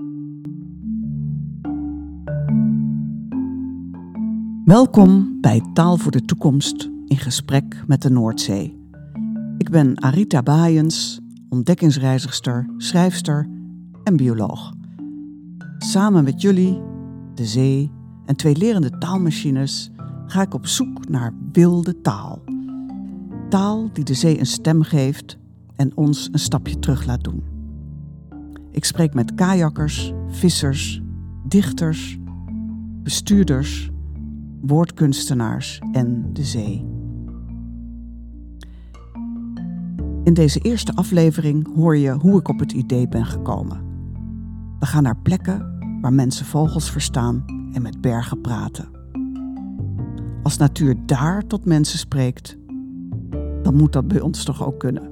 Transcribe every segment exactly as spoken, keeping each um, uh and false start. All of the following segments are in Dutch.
Welkom bij Taal voor de Toekomst in gesprek met de Noordzee. Ik ben Arita Baaiens, ontdekkingsreizigster, schrijfster en bioloog. Samen met jullie, de zee en twee lerende taalmachines ga ik op zoek naar wilde taal. Taal die de zee een stem geeft en ons een stapje terug laat doen. Ik spreek met kajakkers, vissers, dichters, bestuurders, woordkunstenaars en de zee. In deze eerste aflevering hoor je hoe ik op het idee ben gekomen. We gaan naar plekken waar mensen vogels verstaan en met bergen praten. Als natuur daar tot mensen spreekt, dan moet dat bij ons toch ook kunnen.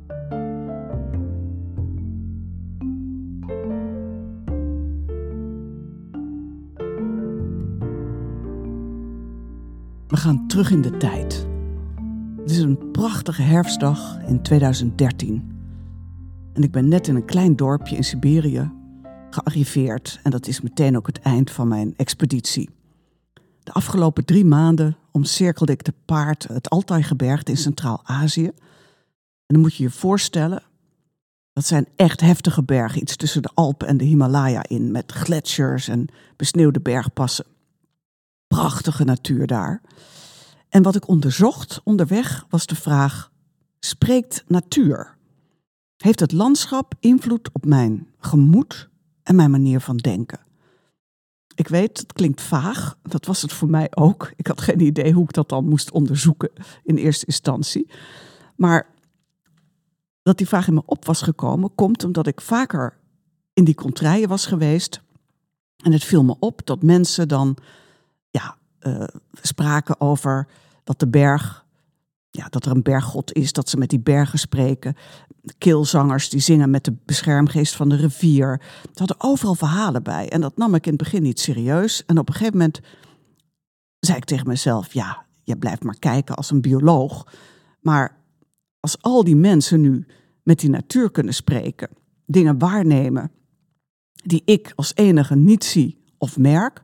We gaan terug in de tijd. Het is een prachtige herfstdag in tweeduizend dertien. En ik ben net in een klein dorpje in Siberië gearriveerd. En dat is meteen ook het eind van mijn expeditie. De afgelopen drie maanden omcirkelde ik te paard het Altai-gebergte in Centraal-Azië. En dan moet je je voorstellen, dat zijn echt heftige bergen. Iets tussen de Alpen en de Himalaya in. Met gletsjers en besneeuwde bergpassen. Prachtige natuur daar. En wat ik onderzocht onderweg was de vraag: spreekt natuur? Heeft het landschap invloed op mijn gemoed en mijn manier van denken? Ik weet, het klinkt vaag. Dat was het voor mij ook. Ik had geen idee hoe ik dat dan moest onderzoeken in eerste instantie. Maar dat die vraag in me op was gekomen, komt omdat ik vaker in die contraien was geweest. En het viel me op dat mensen dan ja, uh, spraken over dat de berg, ja, dat er een berggod is, dat ze met die bergen spreken. Keelzangers die zingen met de beschermgeest van de rivier. Er hadden overal verhalen bij. En dat nam ik in het begin niet serieus. En op een gegeven moment zei ik tegen mezelf, ja, je blijft maar kijken als een bioloog. Maar als al die mensen nu met die natuur kunnen spreken, dingen waarnemen die ik als enige niet zie of merk,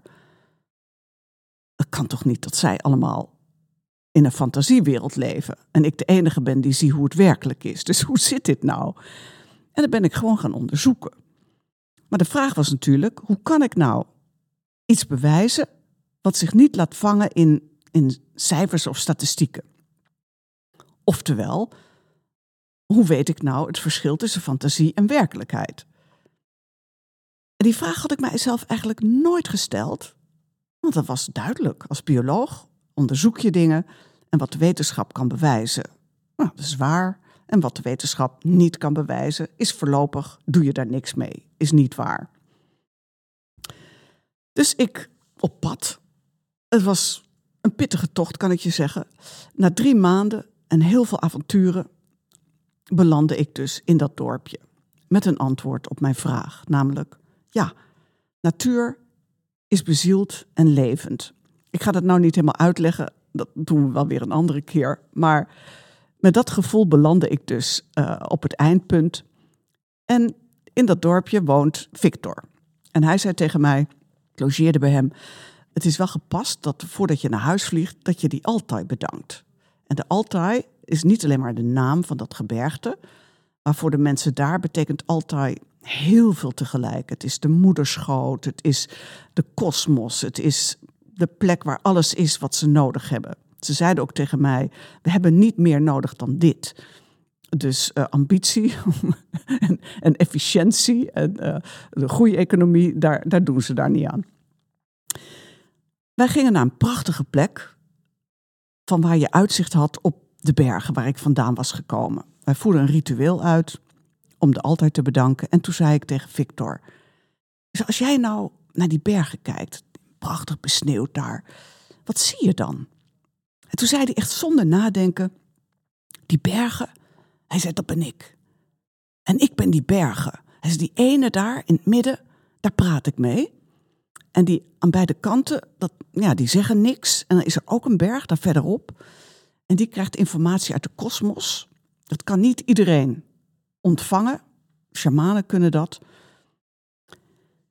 dat kan toch niet dat zij allemaal in een fantasiewereld leven en ik de enige ben die zie hoe het werkelijk is. Dus hoe zit dit nou? En dat ben ik gewoon gaan onderzoeken. Maar de vraag was natuurlijk, hoe kan ik nou iets bewijzen wat zich niet laat vangen in, in cijfers of statistieken? Oftewel, hoe weet ik nou het verschil tussen fantasie en werkelijkheid? En die vraag had ik mijzelf eigenlijk nooit gesteld. Want dat was duidelijk. Als bioloog onderzoek je dingen en wat de wetenschap kan bewijzen. Nou, dat is waar. En wat de wetenschap niet kan bewijzen, is voorlopig, doe je daar niks mee. Is niet waar. Dus ik op pad. Het was een pittige tocht, kan ik je zeggen. Na drie maanden en heel veel avonturen belandde ik dus in dat dorpje. Met een antwoord op mijn vraag. Namelijk, ja, natuur is bezield en levend. Ik ga dat nou niet helemaal uitleggen. Dat doen we wel weer een andere keer. Maar met dat gevoel belandde ik dus uh, op het eindpunt. En in dat dorpje woont Victor. En hij zei tegen mij, ik logeerde bij hem, het is wel gepast dat voordat je naar huis vliegt, dat je die Altai bedankt. En de Altai is niet alleen maar de naam van dat gebergte, maar voor de mensen daar betekent Altai heel veel tegelijk. Het is de moederschoot, het is de kosmos, het is de plek waar alles is wat ze nodig hebben. Ze zeiden ook tegen mij, we hebben niet meer nodig dan dit. Dus uh, ambitie en, en efficiëntie en uh, de goede economie, daar, daar doen ze daar niet aan. Wij gingen naar een prachtige plek van waar je uitzicht had op de bergen waar ik vandaan was gekomen. Wij voerden een ritueel uit om de Altai te bedanken. En toen zei ik tegen Victor, dus als jij nou naar die bergen kijkt, prachtig besneeuwd daar, wat zie je dan? En toen zei hij echt zonder nadenken, die bergen, hij zei, dat ben ik. En ik ben die bergen. Hij zei, die ene daar in het midden, daar praat ik mee. En die aan beide kanten, dat, ja, die zeggen niks. En dan is er ook een berg daar verderop. En die krijgt informatie uit de kosmos. Dat kan niet iedereen ontvangen. Shamanen kunnen dat.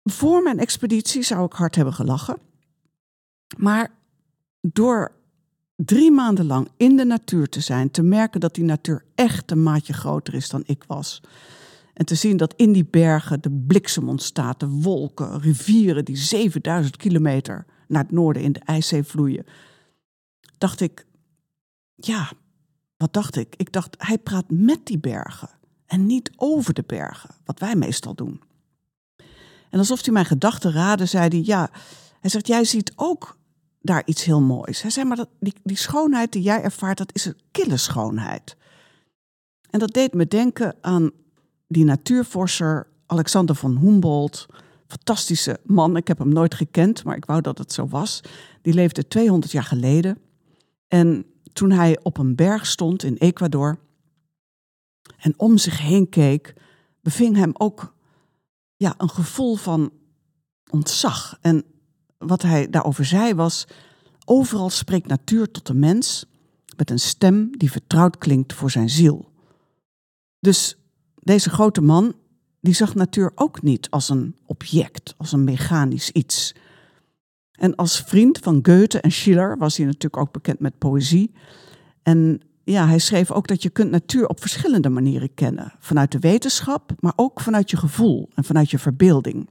Voor mijn expeditie zou ik hard hebben gelachen. Maar door drie maanden lang in de natuur te zijn, te merken dat die natuur echt een maatje groter is dan ik was. En te zien dat in die bergen de bliksem ontstaat, de wolken, rivieren die zevenduizend kilometer naar het noorden in de IJszee vloeien. Dacht ik, ja, wat dacht ik? Ik dacht, hij praat met die bergen en niet over de bergen, wat wij meestal doen. En alsof hij mijn gedachten raadde, zei hij, ja, hij zegt, jij ziet ook daar iets heel moois. Hij zei, maar dat, die, die schoonheid die jij ervaart, dat is een kille schoonheid. En dat deed me denken aan die natuurvorser Alexander von Humboldt. Fantastische man, ik heb hem nooit gekend, maar ik wou dat het zo was. Die leefde tweehonderd jaar geleden. En toen hij op een berg stond in Ecuador en om zich heen keek, beving hem ook ja, een gevoel van ontzag. En wat hij daarover zei was, overal spreekt natuur tot de mens met een stem die vertrouwd klinkt voor zijn ziel. Dus deze grote man, die zag natuur ook niet als een object, als een mechanisch iets. En als vriend van Goethe en Schiller was hij natuurlijk ook bekend met poëzie. En ja, hij schreef ook dat je kunt natuur op verschillende manieren kennen. Vanuit de wetenschap, maar ook vanuit je gevoel en vanuit je verbeelding.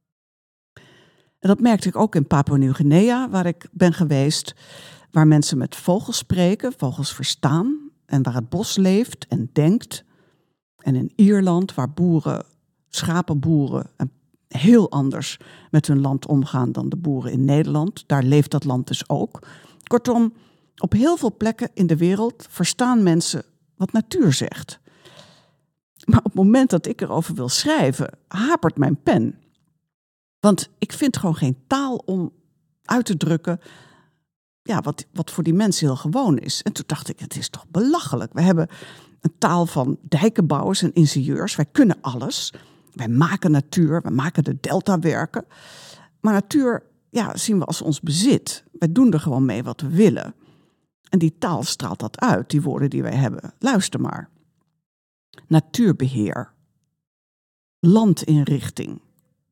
En dat merkte ik ook in Papua Nieuw-Guinea, waar ik ben geweest, waar mensen met vogels spreken, vogels verstaan en waar het bos leeft en denkt. En in Ierland, waar boeren, schapenboeren, heel anders met hun land omgaan dan de boeren in Nederland. Daar leeft dat land dus ook. Kortom, op heel veel plekken in de wereld verstaan mensen wat natuur zegt. Maar op het moment dat ik erover wil schrijven, hapert mijn pen. Want ik vind gewoon geen taal om uit te drukken ja, wat, wat voor die mensen heel gewoon is. En toen dacht ik, het is toch belachelijk. We hebben een taal van dijkenbouwers en ingenieurs. Wij kunnen alles. Wij maken natuur, wij maken de delta werken. Maar natuur ja, zien we als ons bezit. Wij doen er gewoon mee wat we willen. En die taal straalt dat uit, die woorden die wij hebben. Luister maar. Natuurbeheer. Landinrichting.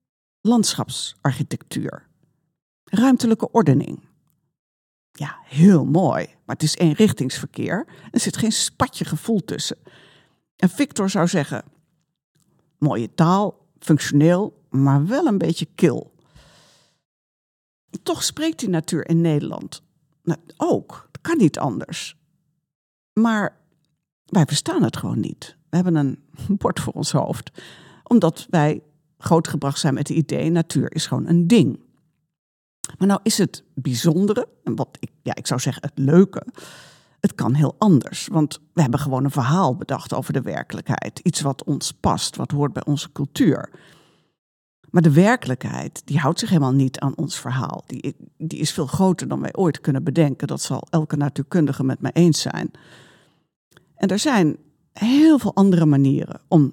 Landschapsarchitectuur. Ruimtelijke ordening. Ja, heel mooi. Maar het is eenrichtingsverkeer. Er zit geen spatje gevoel tussen. En Victor zou zeggen, mooie taal, functioneel, maar wel een beetje kil. Toch spreekt die natuur in Nederland. Nou, ook, dat kan niet anders. Maar wij verstaan het gewoon niet. We hebben een bord voor ons hoofd. Omdat wij grootgebracht zijn met het idee, natuur is gewoon een ding. Maar nou is het bijzondere, en wat ik, ja, ik zou zeggen het leuke, het kan heel anders. Want we hebben gewoon een verhaal bedacht over de werkelijkheid. Iets wat ons past, wat hoort bij onze cultuur. Maar de werkelijkheid, die houdt zich helemaal niet aan ons verhaal. Die, die is veel groter dan wij ooit kunnen bedenken. Dat zal elke natuurkundige met mij eens zijn. En er zijn heel veel andere manieren om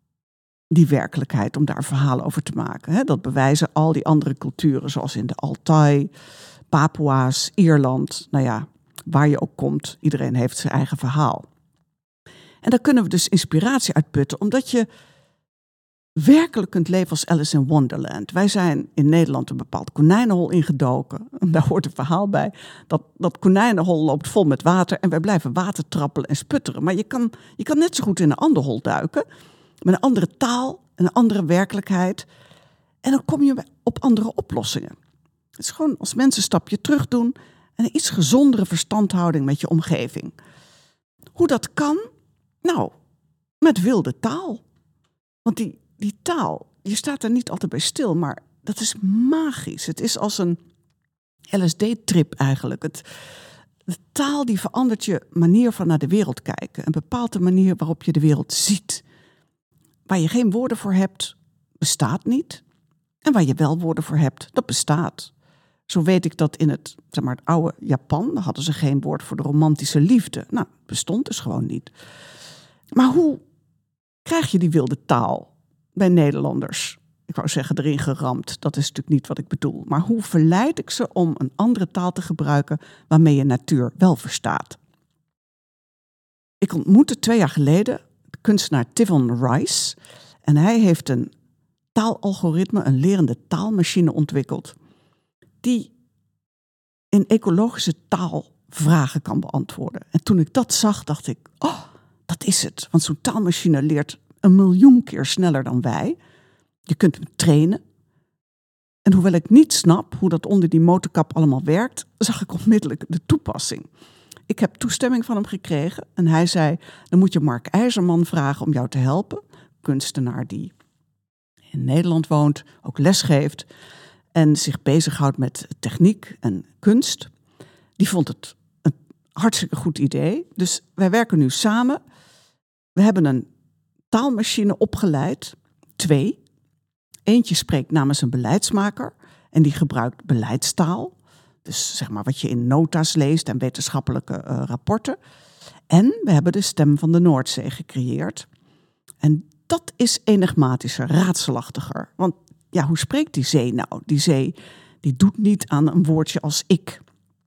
die werkelijkheid, om daar verhalen over te maken. Dat bewijzen al die andere culturen, zoals in de Altai, Papua's, Ierland. Nou ja, waar je ook komt, iedereen heeft zijn eigen verhaal. En daar kunnen we dus inspiratie uit putten, omdat je werkelijk kunt leven als Alice in Wonderland. Wij zijn in Nederland een bepaald konijnenhol ingedoken. En daar hoort een verhaal bij. Dat, dat konijnenhol loopt vol met water en wij blijven water trappelen en sputteren. Maar je kan, je kan net zo goed in een ander hol duiken, met een andere taal, een andere werkelijkheid. En dan kom je op andere oplossingen. Het is gewoon als mensen een stapje terug doen en een iets gezondere verstandhouding met je omgeving. Hoe dat kan? Nou, met wilde taal. Want die, die taal, je staat er niet altijd bij stil, maar dat is magisch. Het is als een L S D-trip eigenlijk. Het, de taal die verandert je manier van naar de wereld kijken. Een bepaalde manier waarop je de wereld ziet. Waar je geen woorden voor hebt, bestaat niet. En waar je wel woorden voor hebt, dat bestaat. Zo weet ik dat in het, zeg maar, het oude Japan, daar hadden ze geen woord voor de romantische liefde. Nou, bestond dus gewoon niet. Maar hoe krijg je die wilde taal bij Nederlanders? Ik wou zeggen erin geramd, dat is natuurlijk niet wat ik bedoel. Maar hoe verleid ik ze om een andere taal te gebruiken waarmee je natuur wel verstaat? Ik ontmoette twee jaar geleden de kunstenaar Tivon Rice. En hij heeft een taalalgoritme, een lerende taalmachine ontwikkeld, die in ecologische taal vragen kan beantwoorden. En toen ik dat zag, dacht ik, oh, dat is het. Want zo'n taalmachine leert een miljoen keer sneller dan wij. Je kunt hem trainen. En hoewel ik niet snap hoe dat onder die motorkap allemaal werkt, zag ik onmiddellijk de toepassing. Ik heb toestemming van hem gekregen en hij zei, dan moet je Mark IJzerman vragen om jou te helpen. Kunstenaar die in Nederland woont, ook lesgeeft en zich bezighoudt met techniek en kunst. Die vond het een hartstikke goed idee. Dus wij werken nu samen. We hebben een taalmachine opgeleid, twee. Eentje spreekt namens een beleidsmaker en die gebruikt beleidstaal. Dus zeg maar wat je in nota's leest en wetenschappelijke uh, rapporten. En we hebben de stem van de Noordzee gecreëerd. En dat is enigmatischer, raadselachtiger. Want ja, hoe spreekt die zee nou? Die zee die doet niet aan een woordje als ik.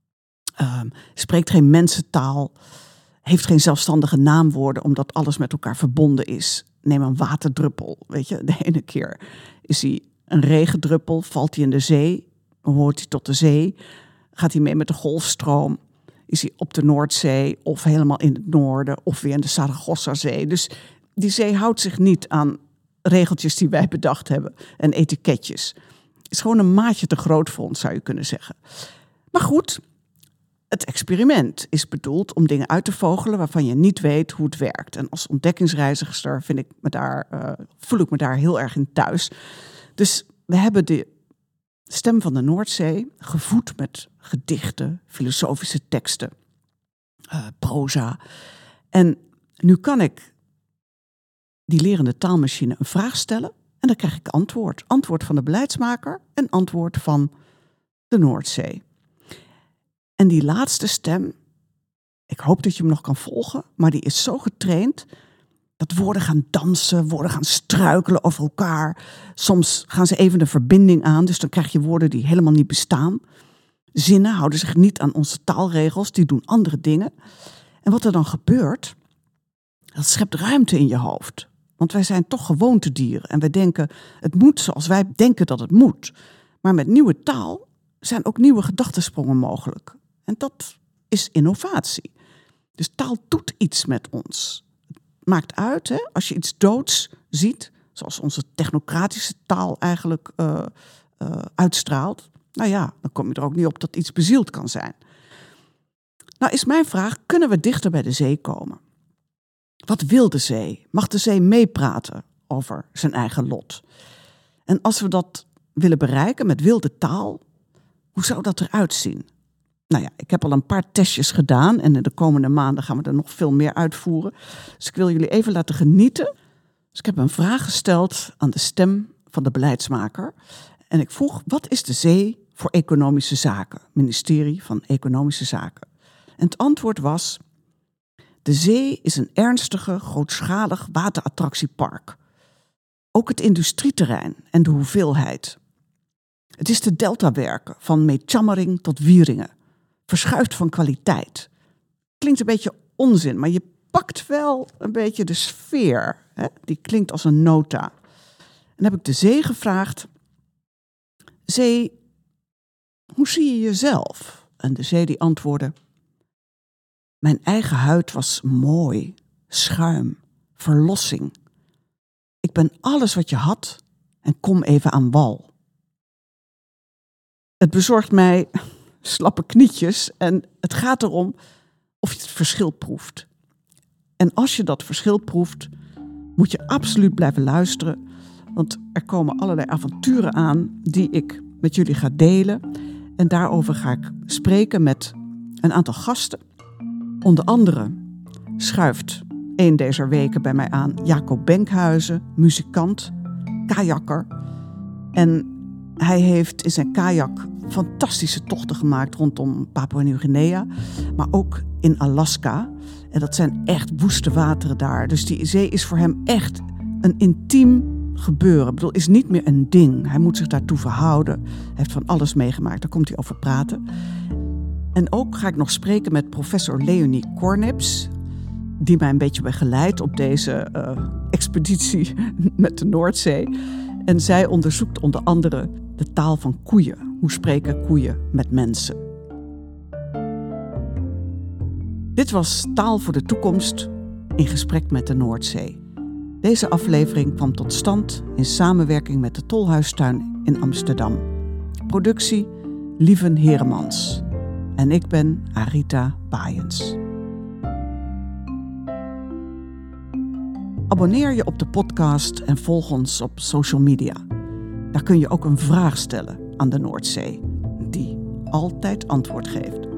Uh, spreekt geen mensentaal. Heeft geen zelfstandige naamwoorden omdat alles met elkaar verbonden is. Neem een waterdruppel, weet je. De ene keer is hij een regendruppel, valt hij in de zee, hoort hij tot de zee. Gaat hij mee met de golfstroom, is hij op de Noordzee of helemaal in het noorden of weer in de Saragossa-zee. Dus die zee houdt zich niet aan regeltjes die wij bedacht hebben en etiketjes. Het is gewoon een maatje te groot voor ons, zou je kunnen zeggen. Maar goed, het experiment is bedoeld om dingen uit te vogelen waarvan je niet weet hoe het werkt. En als ontdekkingsreiziger vind ik me daar, uh, voel ik me daar heel erg in thuis. Dus we hebben de stem van de Noordzee gevoed met gedichten, filosofische teksten, uh, proza. En nu kan ik die lerende taalmachine een vraag stellen en dan krijg ik antwoord. Antwoord van de beleidsmaker en antwoord van de Noordzee. En die laatste stem, ik hoop dat je hem nog kan volgen, maar die is zo getraind dat woorden gaan dansen, woorden gaan struikelen over elkaar. Soms gaan ze even de verbinding aan, dus dan krijg je woorden die helemaal niet bestaan. Zinnen houden zich niet aan onze taalregels, die doen andere dingen. En wat er dan gebeurt, dat schept ruimte in je hoofd. Want wij zijn toch gewoontedieren en wij denken, het moet zoals wij denken dat het moet. Maar met nieuwe taal zijn ook nieuwe gedachtensprongen mogelijk. En dat is innovatie. Dus taal doet iets met ons. Het maakt uit, hè, als je iets doods ziet, zoals onze technocratische taal eigenlijk uh, uh, uitstraalt. Nou ja, dan kom je er ook niet op dat iets bezield kan zijn. Nou is mijn vraag, kunnen we dichter bij de zee komen? Wat wil de zee? Mag de zee meepraten over zijn eigen lot? En als we dat willen bereiken met wilde taal, hoe zou dat eruit zien? Nou ja, ik heb al een paar testjes gedaan en in de komende maanden gaan we er nog veel meer uitvoeren. Dus ik wil jullie even laten genieten. Dus ik heb een vraag gesteld aan de stem van de beleidsmaker. En ik vroeg, wat is de zee voor economische zaken? Ministerie van Economische Zaken. En het antwoord was, de zee is een ernstige, grootschalig waterattractiepark. Ook het industrieterrein en de hoeveelheid. Het is de deltawerken van Meetjammering tot Wieringen. Verschuift van kwaliteit. Klinkt een beetje onzin, maar je pakt wel een beetje de sfeer. Hè? Die klinkt als een nota. En dan heb ik de zee gevraagd, zee, hoe zie je jezelf? En de zee die antwoordde, mijn eigen huid was mooi, schuim, verlossing. Ik ben alles wat je had en kom even aan wal. Het bezorgt mij slappe knietjes en het gaat erom of je het verschil proeft. En als je dat verschil proeft, moet je absoluut blijven luisteren, want er komen allerlei avonturen aan die ik met jullie ga delen. En daarover ga ik spreken met een aantal gasten. Onder andere schuift een deze weken bij mij aan Jacob Benkhuizen, muzikant, kajakker. En hij heeft in zijn kajak fantastische tochten gemaakt rondom Papua-Nieuw-Guinea, maar ook in Alaska. En dat zijn echt woeste wateren daar. Dus die zee is voor hem echt een intiem gebeuren. Ik bedoel, is niet meer een ding. Hij moet zich daartoe verhouden. Hij heeft van alles meegemaakt. Daar komt hij over praten. En ook ga ik nog spreken met professor Leonie Kornips, die mij een beetje begeleidt op deze uh, expeditie met de Noordzee. En zij onderzoekt onder andere de taal van koeien. Hoe spreken koeien met mensen? Dit was Taal voor de Toekomst in gesprek met de Noordzee. Deze aflevering kwam tot stand in samenwerking met de Tolhuistuin in Amsterdam. Productie Lieven Heremans. En ik ben Arita Baaiens. Abonneer je op de podcast en volg ons op social media. Daar kun je ook een vraag stellen aan de Noordzee, die altijd antwoord geeft.